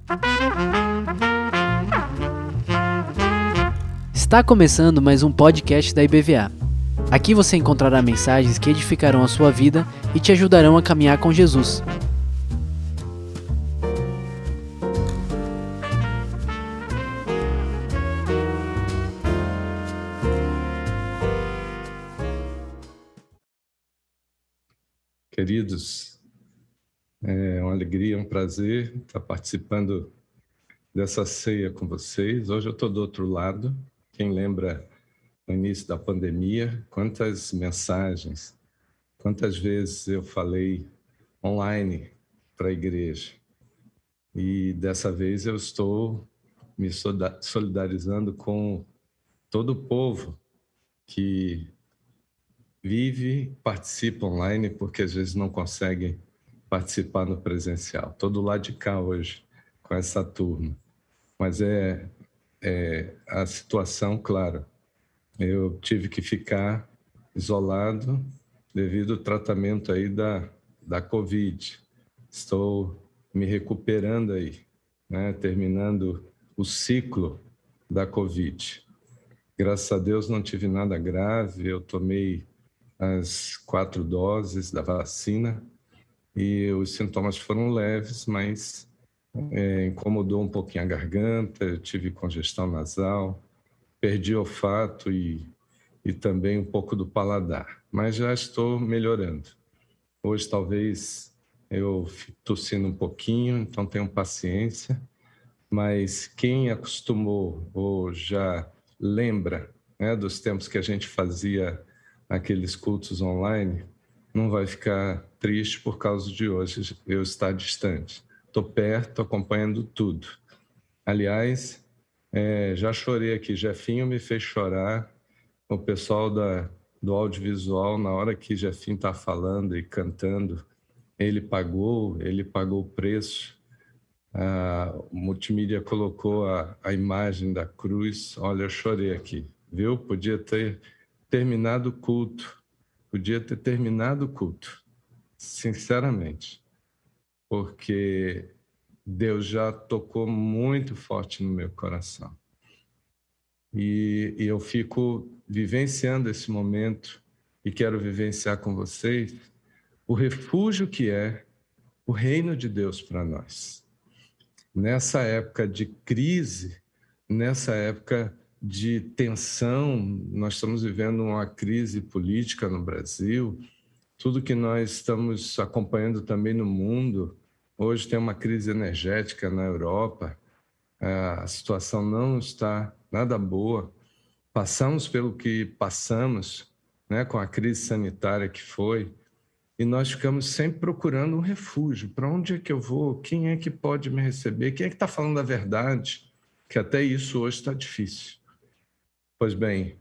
Está começando mais um podcast da IBVA. Aqui você encontrará mensagens que edificarão a sua vida e te ajudarão a caminhar com Jesus. Queridos, é uma alegria, um prazer estar participando dessa ceia com vocês. Hoje eu estou do outro lado. Quem lembra no início da pandemia, quantas mensagens, quantas vezes eu falei online para a igreja. E dessa vez eu estou me solidarizando com todo o povo que vive, participa online, porque às vezes não consegue participar no presencial. Estou do lado de cá hoje com essa turma. Mas é a situação, claro. Eu tive que ficar isolado devido ao tratamento aí da Covid. Estou me recuperando aí, né? Terminando o ciclo da Covid. Graças a Deus não tive nada grave, eu tomei as 4 doses da vacina e os sintomas foram leves, mas incomodou um pouquinho a garganta, eu tive congestão nasal, perdi olfato e também um pouco do paladar, mas já estou melhorando. Hoje talvez eu fique tossindo um pouquinho, então tenham paciência, mas quem acostumou ou já lembra, né, dos tempos que a gente fazia aqueles cultos online, não vai ficar triste por causa de hoje eu estar distante. Estou perto, acompanhando tudo. Aliás, já chorei aqui. Jefinho me fez chorar. O pessoal do audiovisual, na hora que Jefinho está falando e cantando, ele pagou o preço. O multimídia colocou a imagem da cruz. Olha, eu chorei aqui, viu? Podia ter terminado o culto. Sinceramente, porque Deus já tocou muito forte no meu coração. E eu fico vivenciando esse momento e quero vivenciar com vocês o refúgio que é o reino de Deus para nós. Nessa época de crise, nessa época de tensão, nós estamos vivendo uma crise política no Brasil, tudo que nós estamos acompanhando também no mundo. Hoje tem uma crise energética na Europa, a situação não está nada boa. Passamos pelo que passamos, né, com a crise sanitária que foi, e nós ficamos sempre procurando um refúgio. Para onde é que eu vou? Quem é que pode me receber? Quem é que está falando a verdade? Que até isso hoje está difícil. Pois bem,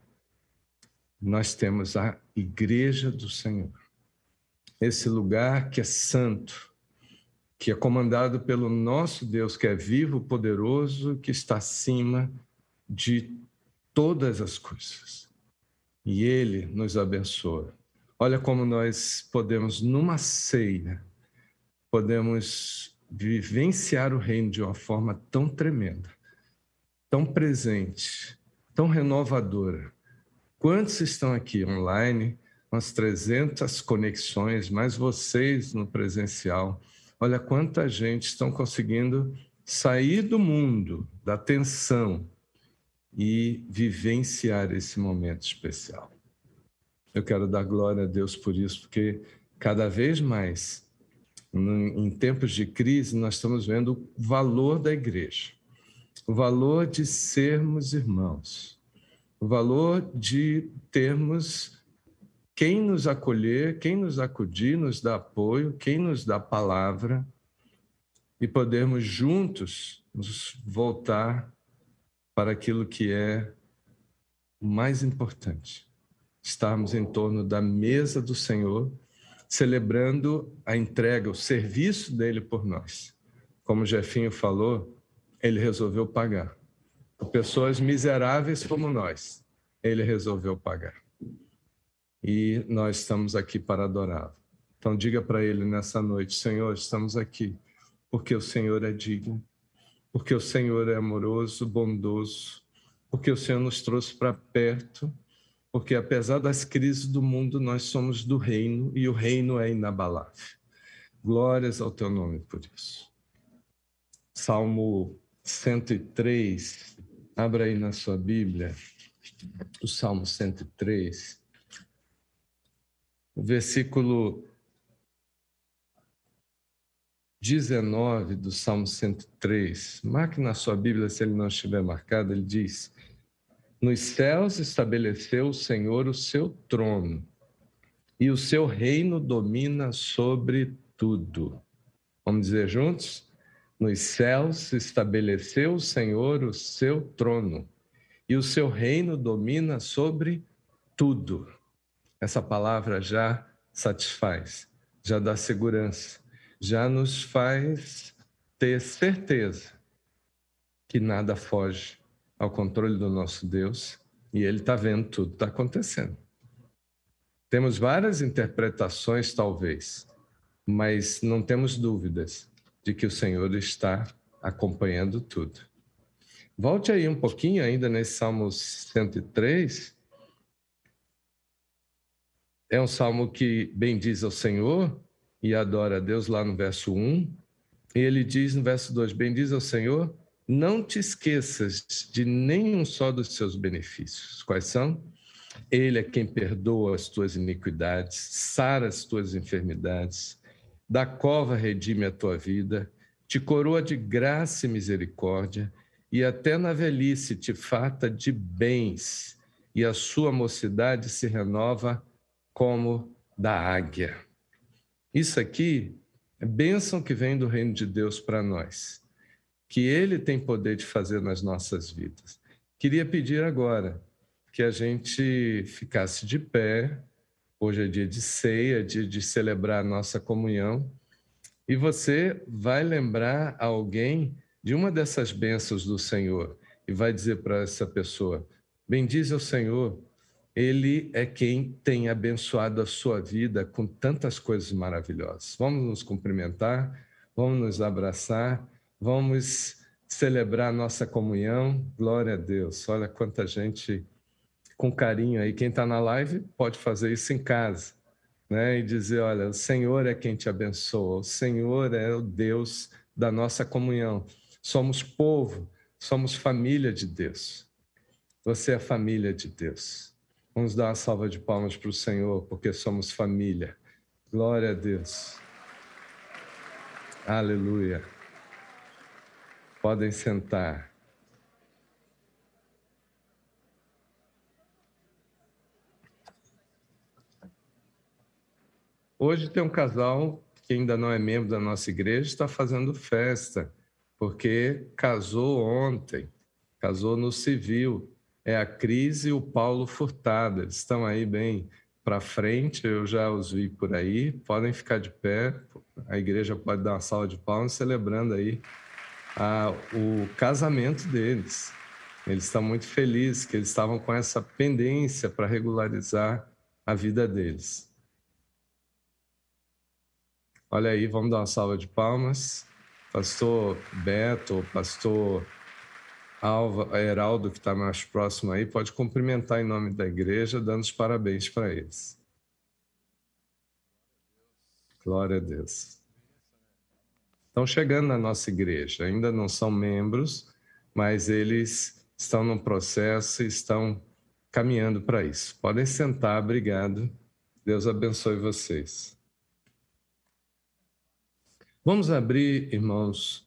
nós temos a Igreja do Senhor. Esse lugar que é santo, que é comandado pelo nosso Deus, que é vivo, poderoso, que está acima de todas as coisas. E Ele nos abençoa. Olha como nós podemos, numa ceia, podemos vivenciar o reino de uma forma tão tremenda, tão presente, tão renovadora. Quantos estão aqui online? Umas 300 conexões, mais vocês no presencial. Olha quanta gente estão conseguindo sair do mundo, da tensão e vivenciar esse momento especial. Eu quero dar glória a Deus por isso, porque cada vez mais, em tempos de crise, nós estamos vendo o valor da igreja, o valor de sermos irmãos, o valor de termos quem nos acolher, quem nos acudir, nos dá apoio, quem nos dá palavra, e podermos juntos nos voltar para aquilo que é o mais importante. Estarmos em torno da mesa do Senhor, celebrando a entrega, o serviço dele por nós. Como o Jefinho falou, ele resolveu pagar. Por pessoas miseráveis como nós, ele resolveu pagar. E nós estamos aqui para adorá-lo. Então diga para ele nessa noite: Senhor, estamos aqui porque o Senhor é digno. porque o Senhor é amoroso, bondoso, porque o Senhor nos trouxe para perto, porque apesar das crises do mundo, nós somos do reino e o reino é inabalável. Glórias ao teu nome por isso. Salmo 103, abra aí na sua Bíblia, o Salmo 103, o versículo 19 do Salmo 103, marque na sua Bíblia se ele não estiver marcado, ele diz: nos céus estabeleceu o Senhor o seu trono, e o seu reino domina sobre tudo. Vamos dizer juntos? Nos céus estabeleceu o Senhor o seu trono, e o seu reino domina sobre tudo. Essa palavra já satisfaz, já dá segurança, já nos faz ter certeza que nada foge ao controle do nosso Deus e Ele está vendo tudo que está acontecendo. Temos várias interpretações, talvez, mas não temos dúvidas de que o Senhor está acompanhando tudo. Volte aí um pouquinho ainda nesse Salmo 103. É um salmo que bendiz ao Senhor e adora a Deus lá no verso 1. E ele diz no verso 2, bendiz ao Senhor, não te esqueças de nenhum só dos seus benefícios. Quais são? Ele é quem perdoa as tuas iniquidades, sara as tuas enfermidades, da cova redime a tua vida, te coroa de graça e misericórdia, e até na velhice te farta de bens, e a sua mocidade se renova como da águia. Isso aqui é bênção que vem do reino de Deus para nós, que Ele tem poder de fazer nas nossas vidas. Queria pedir agora que a gente ficasse de pé. Hoje é dia de ceia, dia de celebrar a nossa comunhão, e você vai lembrar alguém de uma dessas bênçãos do Senhor e vai dizer para essa pessoa: bendize ao Senhor, Ele é quem tem abençoado a sua vida com tantas coisas maravilhosas. Vamos nos cumprimentar, vamos nos abraçar, vamos celebrar a nossa comunhão. Glória a Deus. Olha quanta gente com carinho aí. Quem está na live pode fazer isso em casa, né? E dizer, olha, o Senhor é quem te abençoa, o Senhor é o Deus da nossa comunhão. Somos povo, somos família de Deus. Você é família de Deus. Vamos dar uma salva de palmas para o Senhor, porque somos família. Glória a Deus. Aleluia. Podem sentar. Hoje tem um casal que ainda não é membro da nossa igreja, está fazendo festa, porque casou ontem, casou no civil. É a Cris e o Paulo Furtado. Eles estão aí bem para frente, eu já os vi por aí. Podem ficar de pé, a igreja pode dar uma salva de palmas celebrando aí o casamento deles. Eles estão muito felizes que eles estavam com essa pendência para regularizar a vida deles. Olha aí, vamos dar uma salva de palmas. Pastor Beto, pastor Heraldo, que está mais próximo aí, pode cumprimentar em nome da igreja, dando os parabéns para eles. Glória a Deus. Estão chegando na nossa igreja, ainda não são membros, mas eles estão no processo e estão caminhando para isso. Podem sentar, obrigado. Deus abençoe vocês. Vamos abrir, irmãos,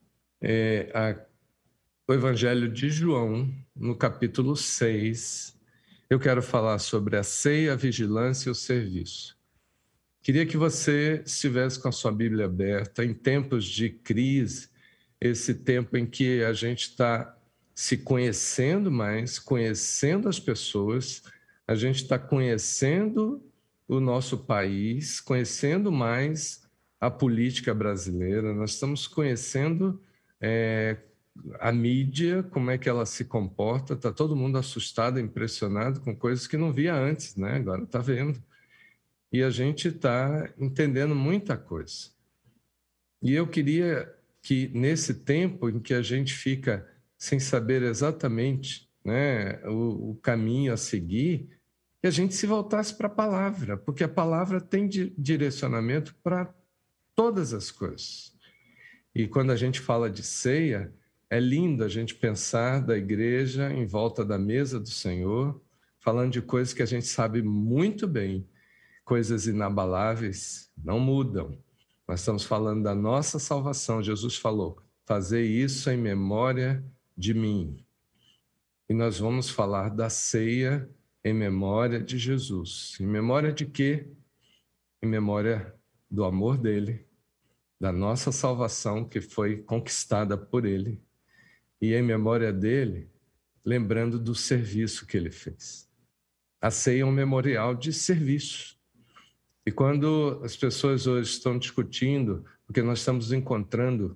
o Evangelho de João, no capítulo 6. Eu quero falar sobre a ceia, a vigilância e o serviço. Queria que você estivesse com a sua Bíblia aberta. Em tempos de crise, esse tempo em que a gente está se conhecendo mais, conhecendo as pessoas, a gente está conhecendo o nosso país, conhecendo mais a política brasileira, nós estamos conhecendo a mídia, como é que ela se comporta. Está todo mundo assustado, impressionado com coisas que não via antes, né? Agora está vendo. E a gente está entendendo muita coisa. E eu queria que nesse tempo em que a gente fica sem saber exatamente, né, o caminho a seguir, que a gente se voltasse para a palavra, porque a palavra tem direcionamento para todas as coisas. E quando a gente fala de ceia, é lindo a gente pensar da igreja em volta da mesa do Senhor, falando de coisas que a gente sabe muito bem, coisas inabaláveis, não mudam. Nós estamos falando da nossa salvação. Jesus falou, fazei isso em memória de mim. E nós vamos falar da ceia em memória de Jesus. Em memória de quê? Em memória do amor dele, da nossa salvação que foi conquistada por ele. E em memória dele, lembrando do serviço que ele fez. A ceia é um memorial de serviço. E quando as pessoas hoje estão discutindo, porque nós estamos encontrando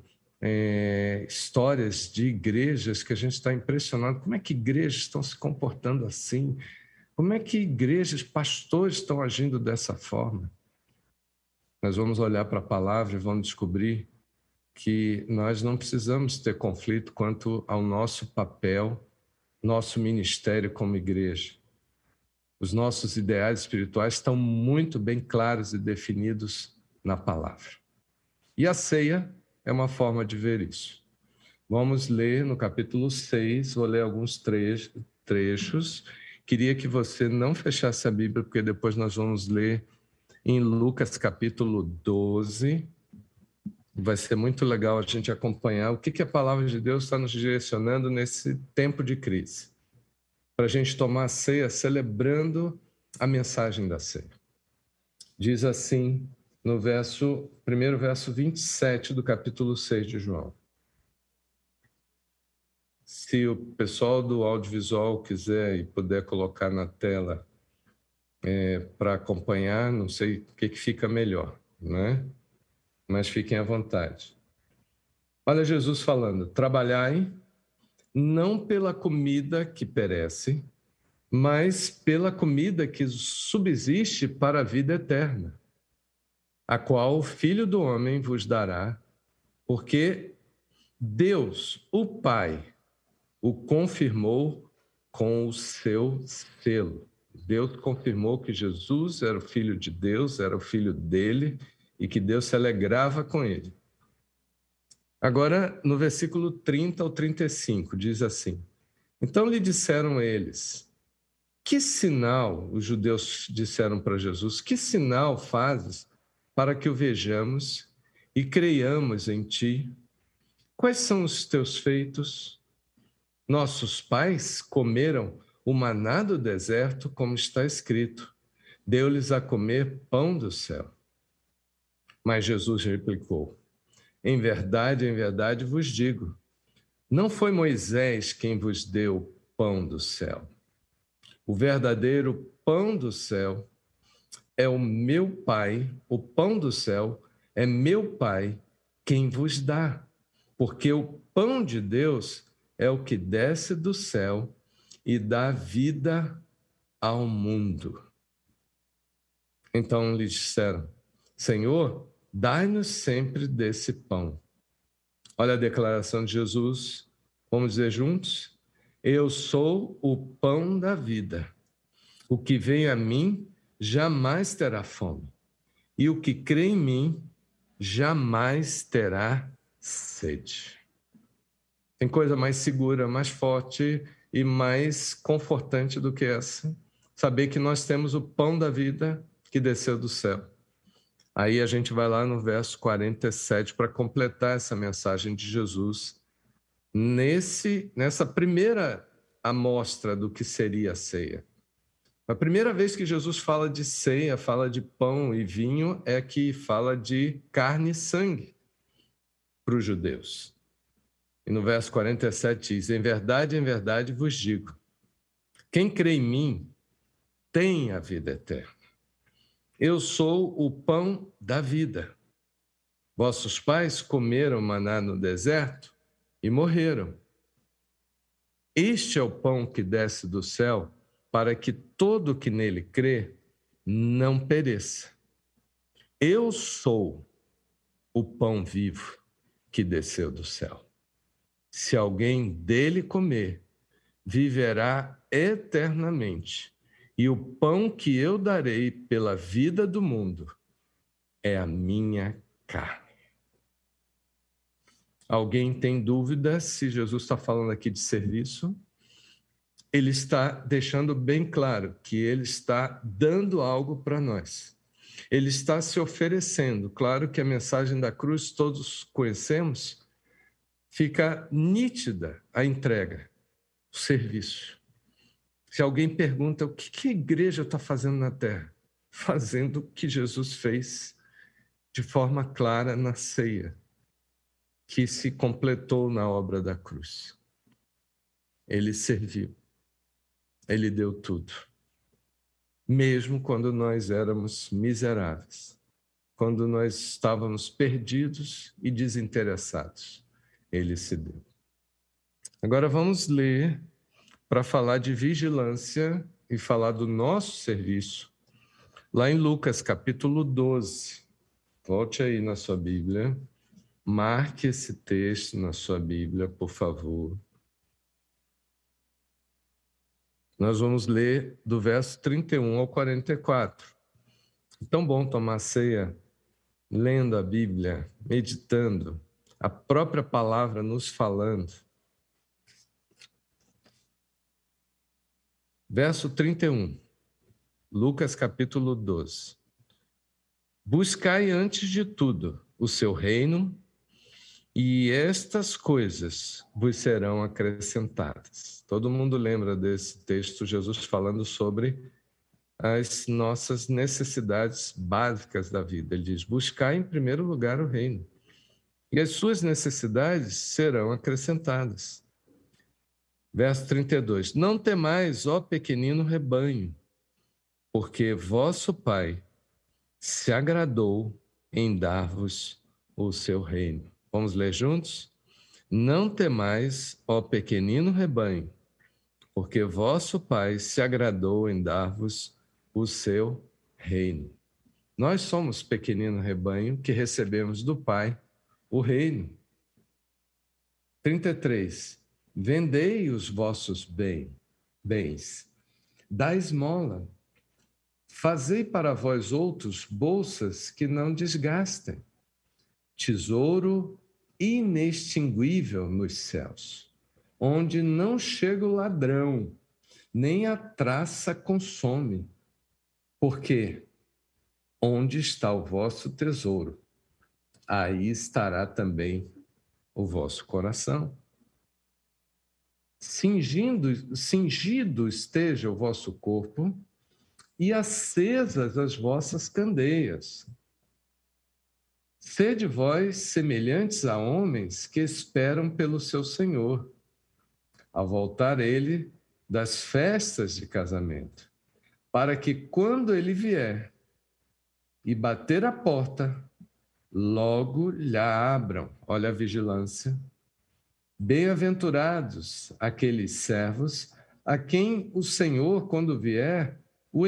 histórias de igrejas que a gente está impressionado, como é que igrejas estão se comportando assim? Como é que igrejas, pastores estão agindo dessa forma? Nós vamos olhar para a palavra e vamos descobrir que nós não precisamos ter conflito quanto ao nosso papel, nosso ministério como igreja. Os nossos ideais espirituais estão muito bem claros e definidos na palavra. E a ceia é uma forma de ver isso. Vamos ler no capítulo 6, vou ler alguns trechos. Queria que você não fechasse a Bíblia, porque depois nós vamos ler em Lucas capítulo 12. Vai ser muito legal a gente acompanhar o que a palavra de Deus está nos direcionando nesse tempo de crise, para a gente tomar a ceia celebrando a mensagem da ceia. Diz assim no primeiro verso 27 do capítulo 6 de João. Se o pessoal do audiovisual quiser e puder colocar na tela para acompanhar, não sei o que fica melhor, né? Mas fiquem à vontade. Olha Jesus falando, trabalhai não pela comida que perece, mas pela comida que subsiste para a vida eterna, a qual o Filho do Homem vos dará, porque Deus, o Pai, o confirmou com o seu selo. Deus confirmou que Jesus era o Filho de Deus, era o Filho dele, e que Deus se alegrava com ele. Agora, no versículo 30 ao 35, diz assim, então lhe disseram eles, que sinal, os judeus disseram para Jesus, que sinal fazes para que o vejamos e creiamos em ti? Quais são os teus feitos? Nossos pais comeram o maná do deserto, como está escrito, deu-lhes a comer pão do céu. Mas Jesus replicou, em verdade vos digo, não foi Moisés quem vos deu pão do céu. O verdadeiro pão do céu é o meu Pai, o pão do céu é meu Pai quem vos dá, porque o pão de Deus é o que desce do céu e dá vida ao mundo. Então lhe disseram, Senhor, dai-nos sempre desse pão. Olha a declaração de Jesus, vamos dizer juntos? Eu sou o pão da vida. O que vem a mim jamais terá fome, e o que crê em mim jamais terá sede. Tem coisa mais segura, mais forte e mais confortante do que essa? Saber que nós temos o pão da vida que desceu do céu. Aí a gente vai lá no verso 47 para completar essa mensagem de Jesus nessa primeira amostra do que seria a ceia. A primeira vez que Jesus fala de ceia, fala de pão e vinho, é que fala de carne e sangue para os judeus. E no verso 47 diz, em verdade vos digo, quem crê em mim tem a vida eterna. Eu sou o pão da vida. Vossos pais comeram maná no deserto e morreram. Este é o pão que desce do céu, para que todo que nele crê não pereça. Eu sou o pão vivo que desceu do céu. Se alguém dele comer, viverá eternamente. E o pão que eu darei pela vida do mundo é a minha carne. Alguém tem dúvida se Jesus está falando aqui de serviço? Ele está deixando bem claro que ele está dando algo para nós. Ele está se oferecendo. Claro que a mensagem da cruz todos conhecemos, fica nítida a entrega, o serviço. Se alguém pergunta o que a igreja está fazendo na terra? Fazendo o que Jesus fez de forma clara na ceia, que se completou na obra da cruz. Ele serviu, ele deu tudo. Mesmo quando nós éramos miseráveis, quando nós estávamos perdidos e desinteressados, ele se deu. Agora vamos ler para falar de vigilância e falar do nosso serviço, lá em Lucas capítulo 12. Volte aí na sua Bíblia, marque esse texto na sua Bíblia, por favor. Nós vamos ler do verso 31 ao 44. É tão bom tomar ceia lendo a Bíblia, meditando, a própria palavra nos falando. Verso 31, Lucas capítulo 12. Buscai antes de tudo o seu reino, e estas coisas vos serão acrescentadas. Todo mundo lembra desse texto, Jesus falando sobre as nossas necessidades básicas da vida. Ele diz, buscai em primeiro lugar o reino, e as suas necessidades serão acrescentadas. Verso 32, não temais, ó pequenino rebanho, porque vosso Pai se agradou em dar-vos o seu reino. Vamos ler juntos? Não temais, ó pequenino rebanho, porque vosso Pai se agradou em dar-vos o seu reino. Nós somos pequenino rebanho que recebemos do Pai o reino. 33. Vendei os vossos bens, dai esmola, fazei para vós outros bolsas que não desgastem, tesouro inextinguível nos céus, onde não chega o ladrão, nem a traça consome. Porque onde está o vosso tesouro, aí estará também o vosso coração. Cingido esteja o vosso corpo e acesas as vossas candeias. Sede vós semelhantes a homens que esperam pelo seu Senhor, ao voltar ele das festas de casamento, para que quando ele vier e bater a porta, logo lhe abram. Olha a vigilância. Bem-aventurados aqueles servos a quem o Senhor, quando vier,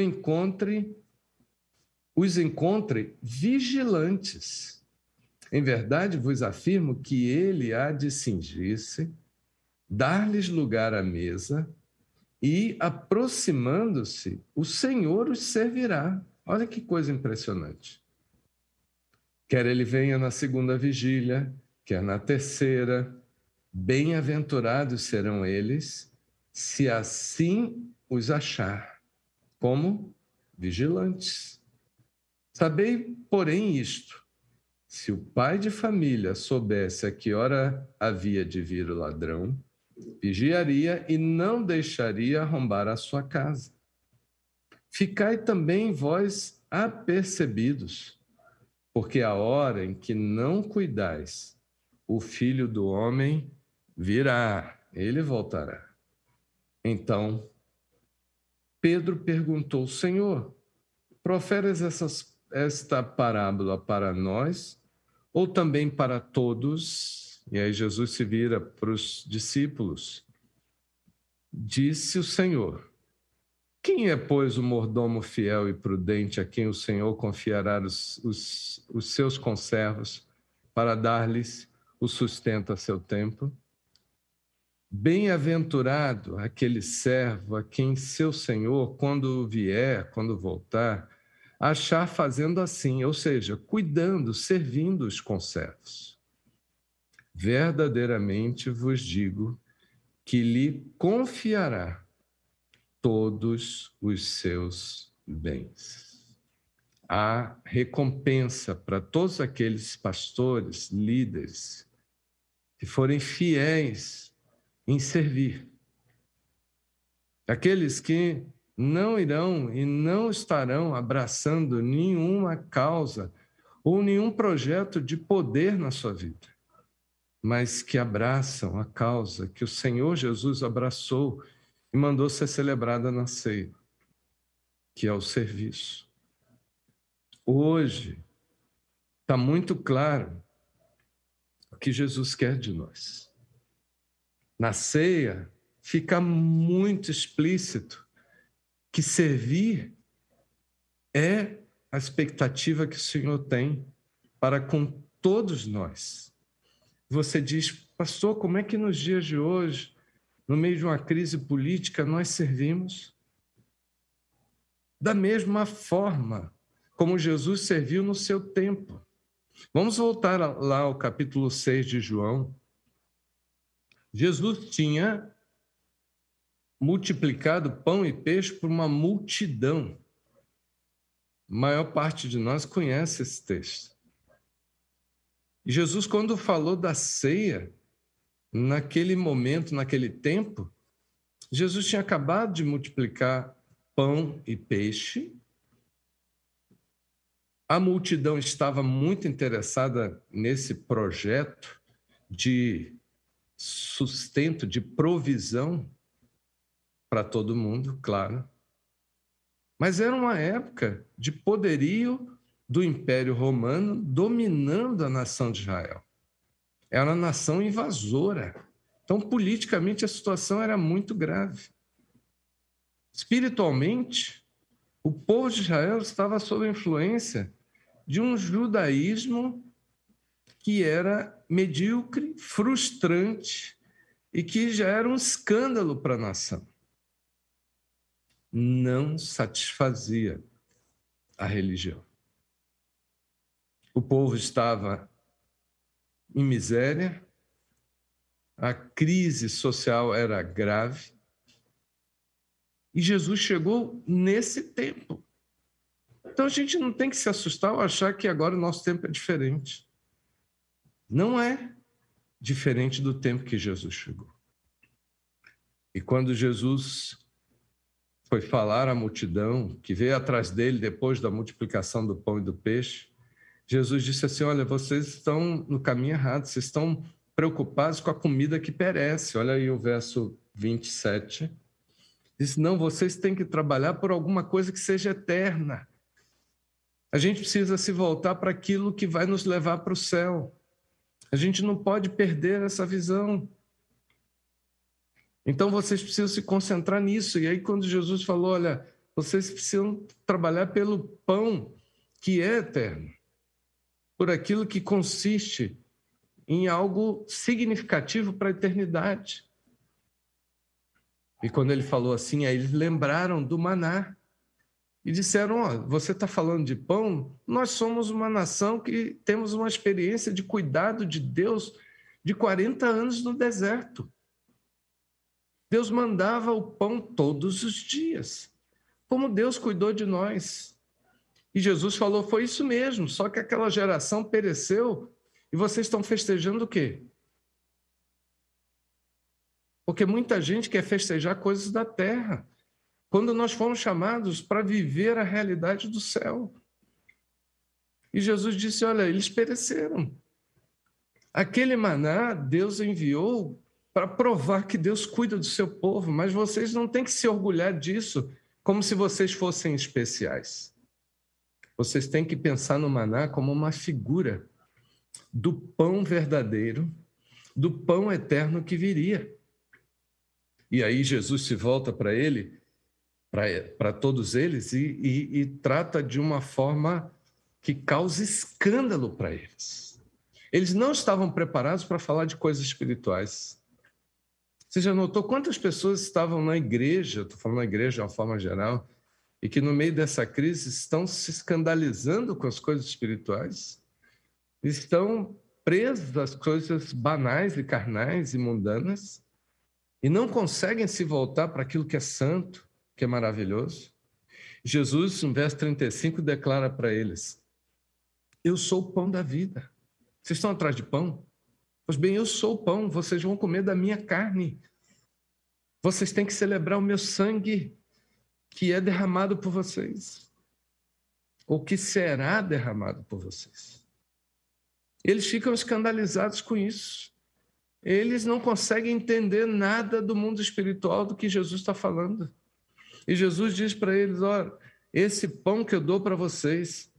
os encontre vigilantes. Em verdade vos afirmo que ele há de cingir-se, dar-lhes lugar à mesa, e, aproximando-se, o Senhor os servirá. Olha que coisa impressionante. Quer ele venha na segunda vigília, quer na terceira, bem-aventurados serão eles, se assim os achar, como vigilantes. Sabei, porém, isto: se o pai de família soubesse a que hora havia de vir o ladrão, vigiaria e não deixaria arrombar a sua casa. Ficai também vós apercebidos, porque a hora em que não cuidais, o Filho do Homem virá, ele voltará. Então, Pedro perguntou, Senhor, proferes esta parábola para nós ou também para todos? E aí Jesus se vira para os discípulos. Disse o Senhor, quem é, pois, o mordomo fiel e prudente a quem o Senhor confiará os seus conservos para dar-lhes o sustento a seu tempo. Bem-aventurado aquele servo a quem seu senhor, quando vier, quando voltar, achar fazendo assim, ou seja, cuidando, servindo os conservos. Verdadeiramente vos digo que lhe confiará todos os seus bens. Há recompensa para todos aqueles pastores, líderes, que forem fiéis em servir. Aqueles que não irão e não estarão abraçando nenhuma causa ou nenhum projeto de poder na sua vida, mas que abraçam a causa que o Senhor Jesus abraçou e mandou ser celebrada na ceia, que é o serviço. Hoje está muito claro o que Jesus quer de nós. Na ceia, fica muito explícito que servir é a expectativa que o Senhor tem para com todos nós. Você diz, pastor, como é que nos dias de hoje, no meio de uma crise política, nós servimos? Da mesma forma como Jesus serviu no seu tempo. Vamos voltar lá ao capítulo 6 de João. Jesus tinha multiplicado pão e peixe por uma multidão. A maior parte de nós conhece esse texto. E Jesus, quando falou da ceia, naquele momento, naquele tempo, Jesus tinha acabado de multiplicar pão e peixe. A multidão estava muito interessada nesse projeto de sustento, de provisão para todo mundo, claro. Mas era uma época de poderio do Império Romano dominando a nação de Israel. Era uma nação invasora. Então, politicamente, a situação era muito grave. Espiritualmente, o povo de Israel estava sob a influência de um judaísmo que era medíocre, frustrante e que já era um escândalo para a nação. Não satisfazia a religião. O povo estava em miséria, a crise social era grave e Jesus chegou nesse tempo. Então a gente não tem que se assustar ou achar que agora o nosso tempo é diferente. Não é diferente do tempo que Jesus chegou. E quando Jesus foi falar à multidão que veio atrás dele depois da multiplicação do pão e do peixe, Jesus disse assim, olha, vocês estão no caminho errado, vocês estão preocupados com a comida que perece. Olha aí o verso 27. Diz, não, vocês têm que trabalhar por alguma coisa que seja eterna. A gente precisa se voltar para aquilo que vai nos levar para o céu. A gente não pode perder essa visão. Então, vocês precisam se concentrar nisso. E aí, quando Jesus falou, olha, vocês precisam trabalhar pelo pão que é eterno, por aquilo que consiste em algo significativo para a eternidade. E quando ele falou assim, aí eles lembraram do maná e disseram, ó, você está falando de pão? Nós somos uma nação que temos uma experiência de cuidado de Deus de 40 anos no deserto. Deus mandava o pão todos os dias. Como Deus cuidou de nós. E Jesus falou, foi isso mesmo, só que aquela geração pereceu e vocês estão festejando o quê? Porque muita gente quer festejar coisas da terra, quando nós fomos chamados para viver a realidade do céu. E Jesus disse, olha, eles pereceram. Aquele maná Deus enviou para provar que Deus cuida do seu povo, mas vocês não têm que se orgulhar disso como se vocês fossem especiais. Vocês têm que pensar no maná como uma figura do pão verdadeiro, do pão eterno que viria. E aí Jesus se volta para ele, para todos eles, e trata de uma forma que causa escândalo para eles. Eles não estavam preparados para falar de coisas espirituais. Você já notou quantas pessoas estavam na igreja, estou falando na igreja de uma forma geral, e que no meio dessa crise estão se escandalizando com as coisas espirituais? Estão presos às coisas banais e carnais e mundanas e não conseguem se voltar para aquilo que é santo, que é maravilhoso. Jesus, no verso 35, declara para eles: eu sou o pão da vida. Vocês estão atrás de pão? Pois bem, eu sou o pão, vocês vão comer da minha carne. Vocês têm que celebrar o meu sangue, que é derramado por vocês, ou que será derramado por vocês. Eles ficam escandalizados com isso. Eles não conseguem entender nada do mundo espiritual do que Jesus está falando. E Jesus diz para eles: olha, esse pão que eu dou para vocês,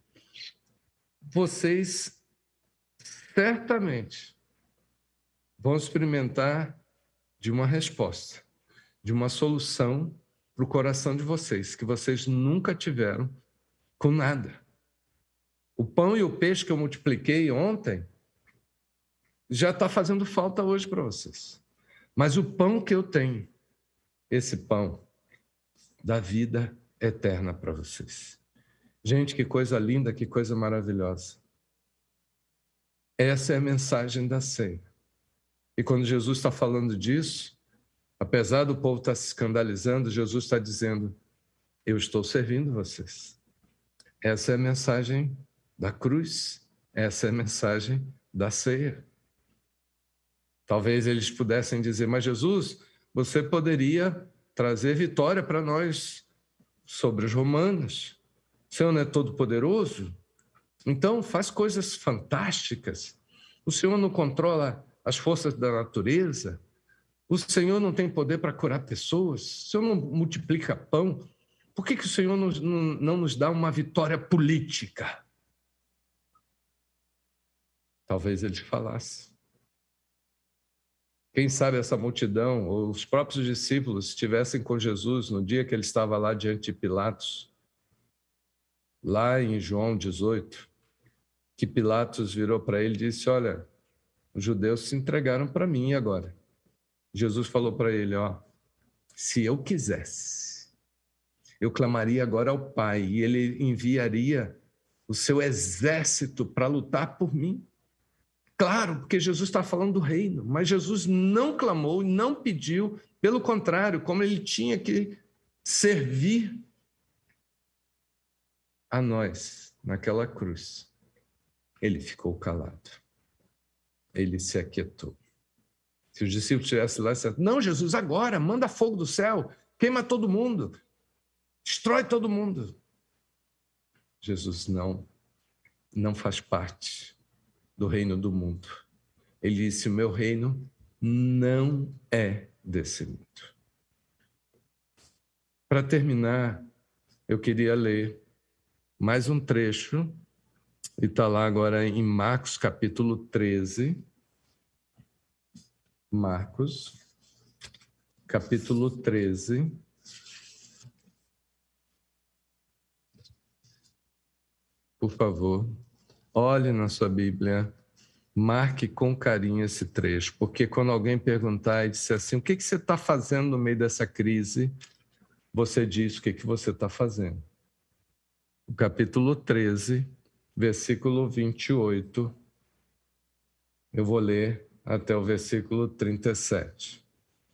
vocês certamente vão experimentar de uma resposta, de uma solução para o coração de vocês, que vocês nunca tiveram com nada. O pão e o peixe que eu multipliquei ontem já está fazendo falta hoje para vocês. Mas o pão que eu tenho, esse pão da vida eterna para vocês. Gente, que coisa linda, que coisa maravilhosa. Essa é a mensagem da ceia. E quando Jesus está falando disso, apesar do povo estar se escandalizando, Jesus está dizendo: eu estou servindo vocês. Essa é a mensagem da cruz, essa é a mensagem da ceia. Talvez eles pudessem dizer: mas Jesus, você poderia trazer vitória para nós sobre os romanos. O Senhor não é todo-poderoso? Então faz coisas fantásticas. O Senhor não controla as forças da natureza? O Senhor não tem poder para curar pessoas? O Senhor não multiplica pão? Por que o Senhor não nos dá uma vitória política? Talvez eles falassem. Quem sabe essa multidão, ou os próprios discípulos, estivessem com Jesus no dia que ele estava lá diante de Pilatos, lá em João 18, que Pilatos virou para ele e disse: olha, os judeus se entregaram para mim agora. Jesus falou para ele: ó, se eu quisesse, eu clamaria agora ao Pai e ele enviaria o seu exército para lutar por mim. Claro, porque Jesus está falando do reino, mas Jesus não clamou, não pediu, pelo contrário, como ele tinha que servir a nós naquela cruz, ele ficou calado, ele se aquietou. Se os discípulos estivessem lá e dissessem: não, Jesus, agora, manda fogo do céu, queima todo mundo, destrói todo mundo. Jesus não faz parte do reino do mundo. Ele disse: o meu reino não é desse mundo. Para terminar, eu queria ler mais um trecho, e está lá agora em Marcos capítulo 13. Marcos capítulo 13. Por favor, olhe na sua Bíblia, marque com carinho esse trecho, porque quando alguém perguntar e disser assim: o que você está fazendo no meio dessa crise? Você diz o que você está fazendo. O capítulo 13, versículo 28, eu vou ler até o versículo 37.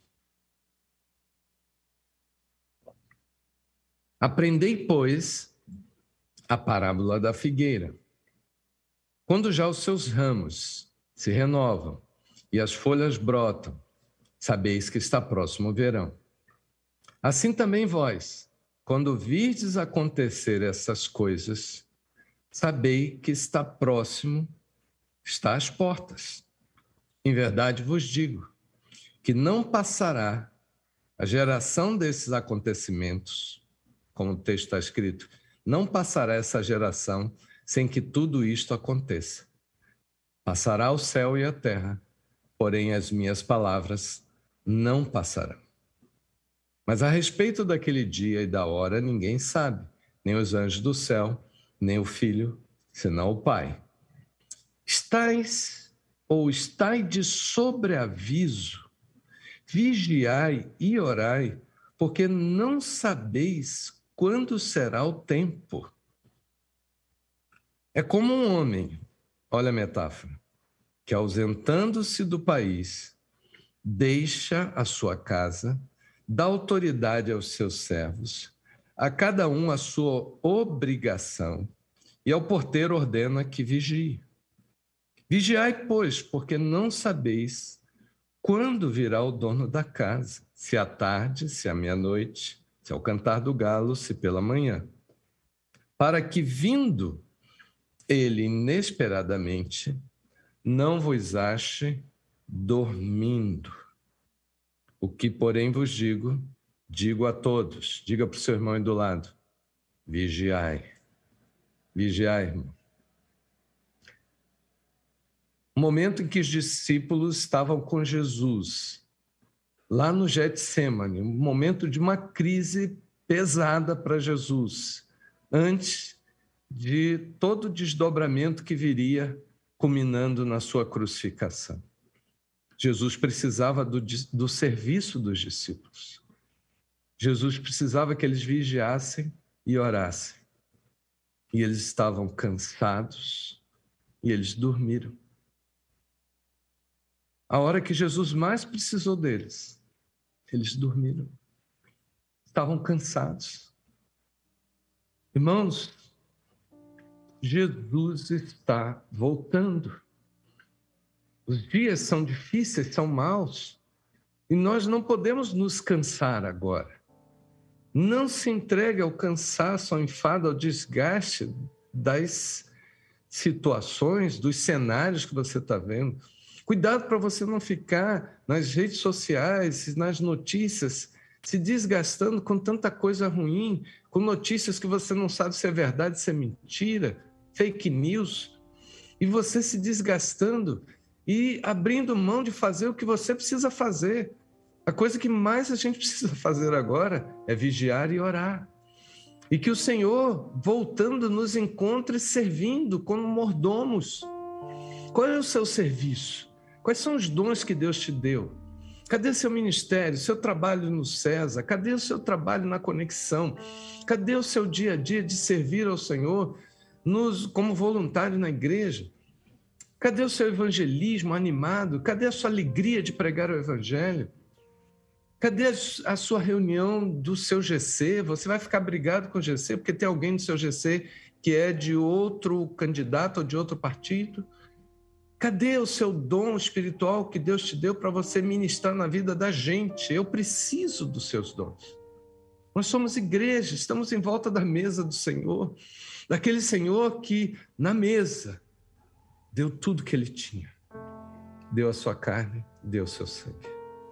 Aprendei, pois, a parábola da figueira. Quando já os seus ramos se renovam e as folhas brotam, sabeis que está próximo o verão. Assim também vós, quando virdes acontecer essas coisas, sabei que está próximo, está às portas. Em verdade vos digo que não passará a geração desses acontecimentos, como o texto está escrito, não passará essa geração sem que tudo isto aconteça. Passará o céu e a terra, porém as minhas palavras não passarão. Mas a respeito daquele dia e da hora ninguém sabe, nem os anjos do céu, nem o Filho, senão o Pai. Estais ou estai de sobreaviso, vigiai e orai, porque não sabeis quando será o tempo. É como um homem, olha a metáfora, que ausentando-se do país, deixa a sua casa, dá autoridade aos seus servos, a cada um a sua obrigação, e ao porteiro ordena que vigie. Vigiai, pois, porque não sabeis quando virá o dono da casa, se à tarde, se à meia-noite, se ao cantar do galo, se pela manhã, para que, vindo ele inesperadamente, não vos ache dormindo. O que, porém, vos digo, digo a todos, diga para o seu irmão aí do lado, vigiai. Vigiai, irmão. O momento em que os discípulos estavam com Jesus, lá no Getsêmani, um momento de uma crise pesada para Jesus, antes de todo o desdobramento que viria culminando na sua crucificação. Jesus precisava do serviço dos discípulos. Jesus precisava que eles vigiassem e orassem. E eles estavam cansados e eles dormiram. A hora que Jesus mais precisou deles, eles dormiram. Estavam cansados. Irmãos, Jesus está voltando. Os dias são difíceis, são maus, e nós não podemos nos cansar agora. Não se entregue ao cansaço, ao enfado, ao desgaste das situações, dos cenários que você está vendo. Cuidado para você não ficar nas redes sociais, nas notícias, se desgastando com tanta coisa ruim, com notícias que você não sabe se é verdade, se é mentira, fake news, e você se desgastando e abrindo mão de fazer o que você precisa fazer. A coisa que mais a gente precisa fazer agora é vigiar e orar. E que o Senhor, voltando, nos encontre servindo como mordomos. Qual é o seu serviço? Quais são os dons que Deus te deu? Cadê seu ministério, seu trabalho no César? Cadê o seu trabalho na Conexão? Cadê o seu dia a dia de servir ao Senhor como voluntário na igreja? Cadê o seu evangelismo animado? Cadê a sua alegria de pregar o evangelho? Cadê a sua reunião do seu GC? Você vai ficar brigado com o GC porque tem alguém do seu GC que é de outro candidato ou de outro partido? Cadê o seu dom espiritual que Deus te deu para você ministrar na vida da gente? Eu preciso dos seus dons. Nós somos igreja, estamos em volta da mesa do Senhor, daquele Senhor que, na mesa, deu tudo que ele tinha. Deu a sua carne, deu o seu sangue.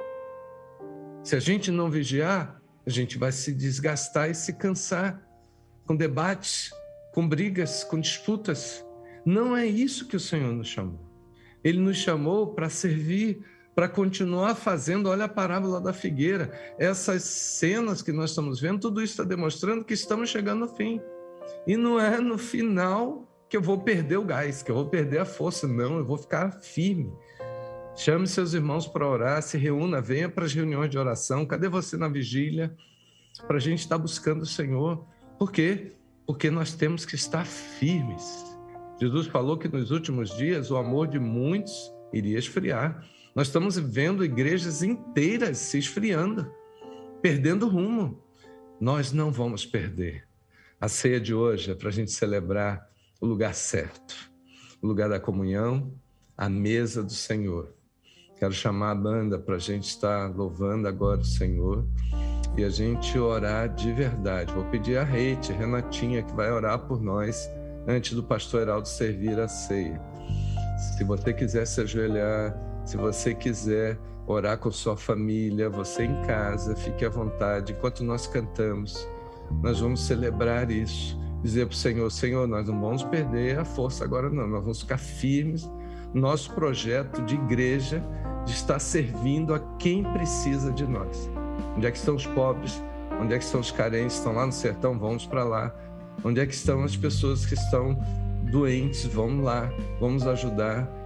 Se a gente não vigiar, a gente vai se desgastar e se cansar com debates, com brigas, com disputas. Não é isso que o Senhor nos chamou. Ele nos chamou para servir, para continuar fazendo. Olha a parábola da figueira. Essas cenas que nós estamos vendo, tudo isso está demonstrando que estamos chegando ao fim. E não é no final que eu vou perder o gás, que eu vou perder a força. Não, eu vou ficar firme. Chame seus irmãos para orar, se reúna, venha para as reuniões de oração. Cadê você na vigília? Para a gente estar buscando o Senhor. Por quê? Porque nós temos que estar firmes. Jesus falou que nos últimos dias o amor de muitos iria esfriar. Nós estamos vendo igrejas inteiras se esfriando, perdendo rumo. Nós não vamos perder. A ceia de hoje é para a gente celebrar o lugar certo, o lugar da comunhão, a mesa do Senhor. Quero chamar a banda para a gente estar louvando agora o Senhor e a gente orar de verdade. Vou pedir a Renatinha, que vai orar por nós antes do pastor Heraldo servir a ceia. Se você quiser se ajoelhar, se você quiser orar com sua família, você em casa, fique à vontade. Enquanto nós cantamos, nós vamos celebrar isso. Dizer para o Senhor, Senhor, nós não vamos perder a força agora não, nós vamos ficar firmes no nosso projeto de igreja, de estar servindo a quem precisa de nós. Onde é que estão os pobres? Onde é que estão os carentes? Estão lá no sertão? Vamos para lá. Onde é que estão as pessoas que estão doentes? Vamos lá, vamos ajudar.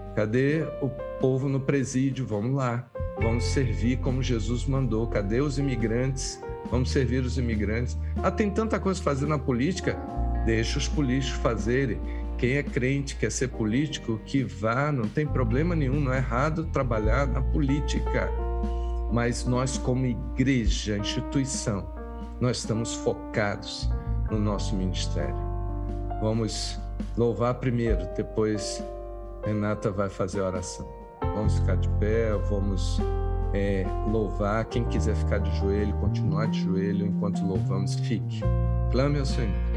Cadê o povo no presídio? Vamos lá. Vamos servir como Jesus mandou. Cadê os imigrantes? Vamos servir os imigrantes. Tem tanta coisa a fazer na política. Deixa os políticos fazerem. Quem é crente, quer ser político, que vá, não tem problema nenhum. Não é errado trabalhar na política. Mas nós, como igreja, instituição, nós estamos focados no nosso ministério. Vamos louvar primeiro, depois Renata vai fazer a oração. Vamos ficar de pé, vamos louvar. Quem quiser ficar de joelho, continuar de joelho, enquanto louvamos, fique. Clame ao Senhor.